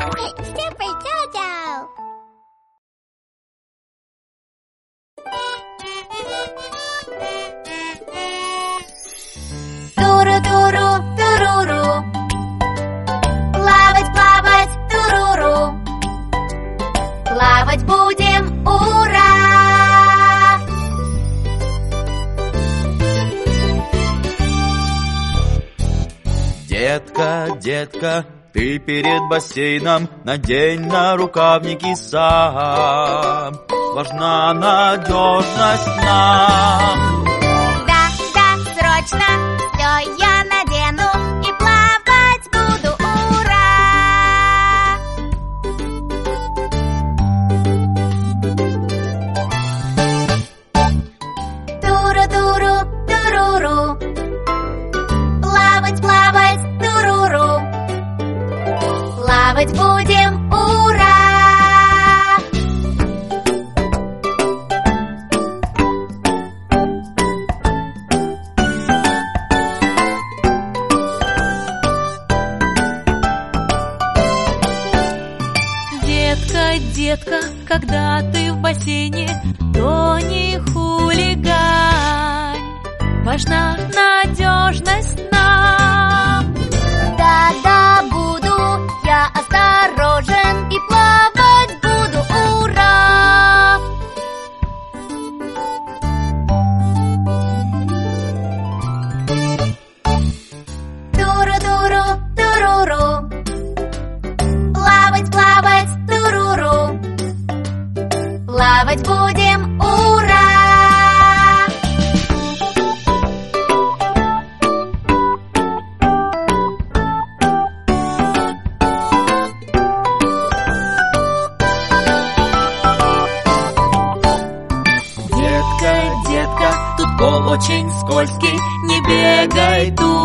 Super Jojo. Туру-туру, туруру. Плавать, плавать, туруру. Плавать будем, ура! Детка, детка, ты перед бассейном надень нарукавники сам. Важна надежность нам. Да, срочно, все я надену и плавать буду, ура! Туру-туру, туруру. Плавать, плавать, туруру. Плавать будем, ура! Детка, детка, когда ты в бассейне, то не хулигань. Важна надежность нам. Да, буду я осторожен и плавать буду, ура! Туру-туру, туруру. Плавать, плавать, туруру. Плавать будем, ура! Детка, детка, тут пол очень скользкий, не бегай тут.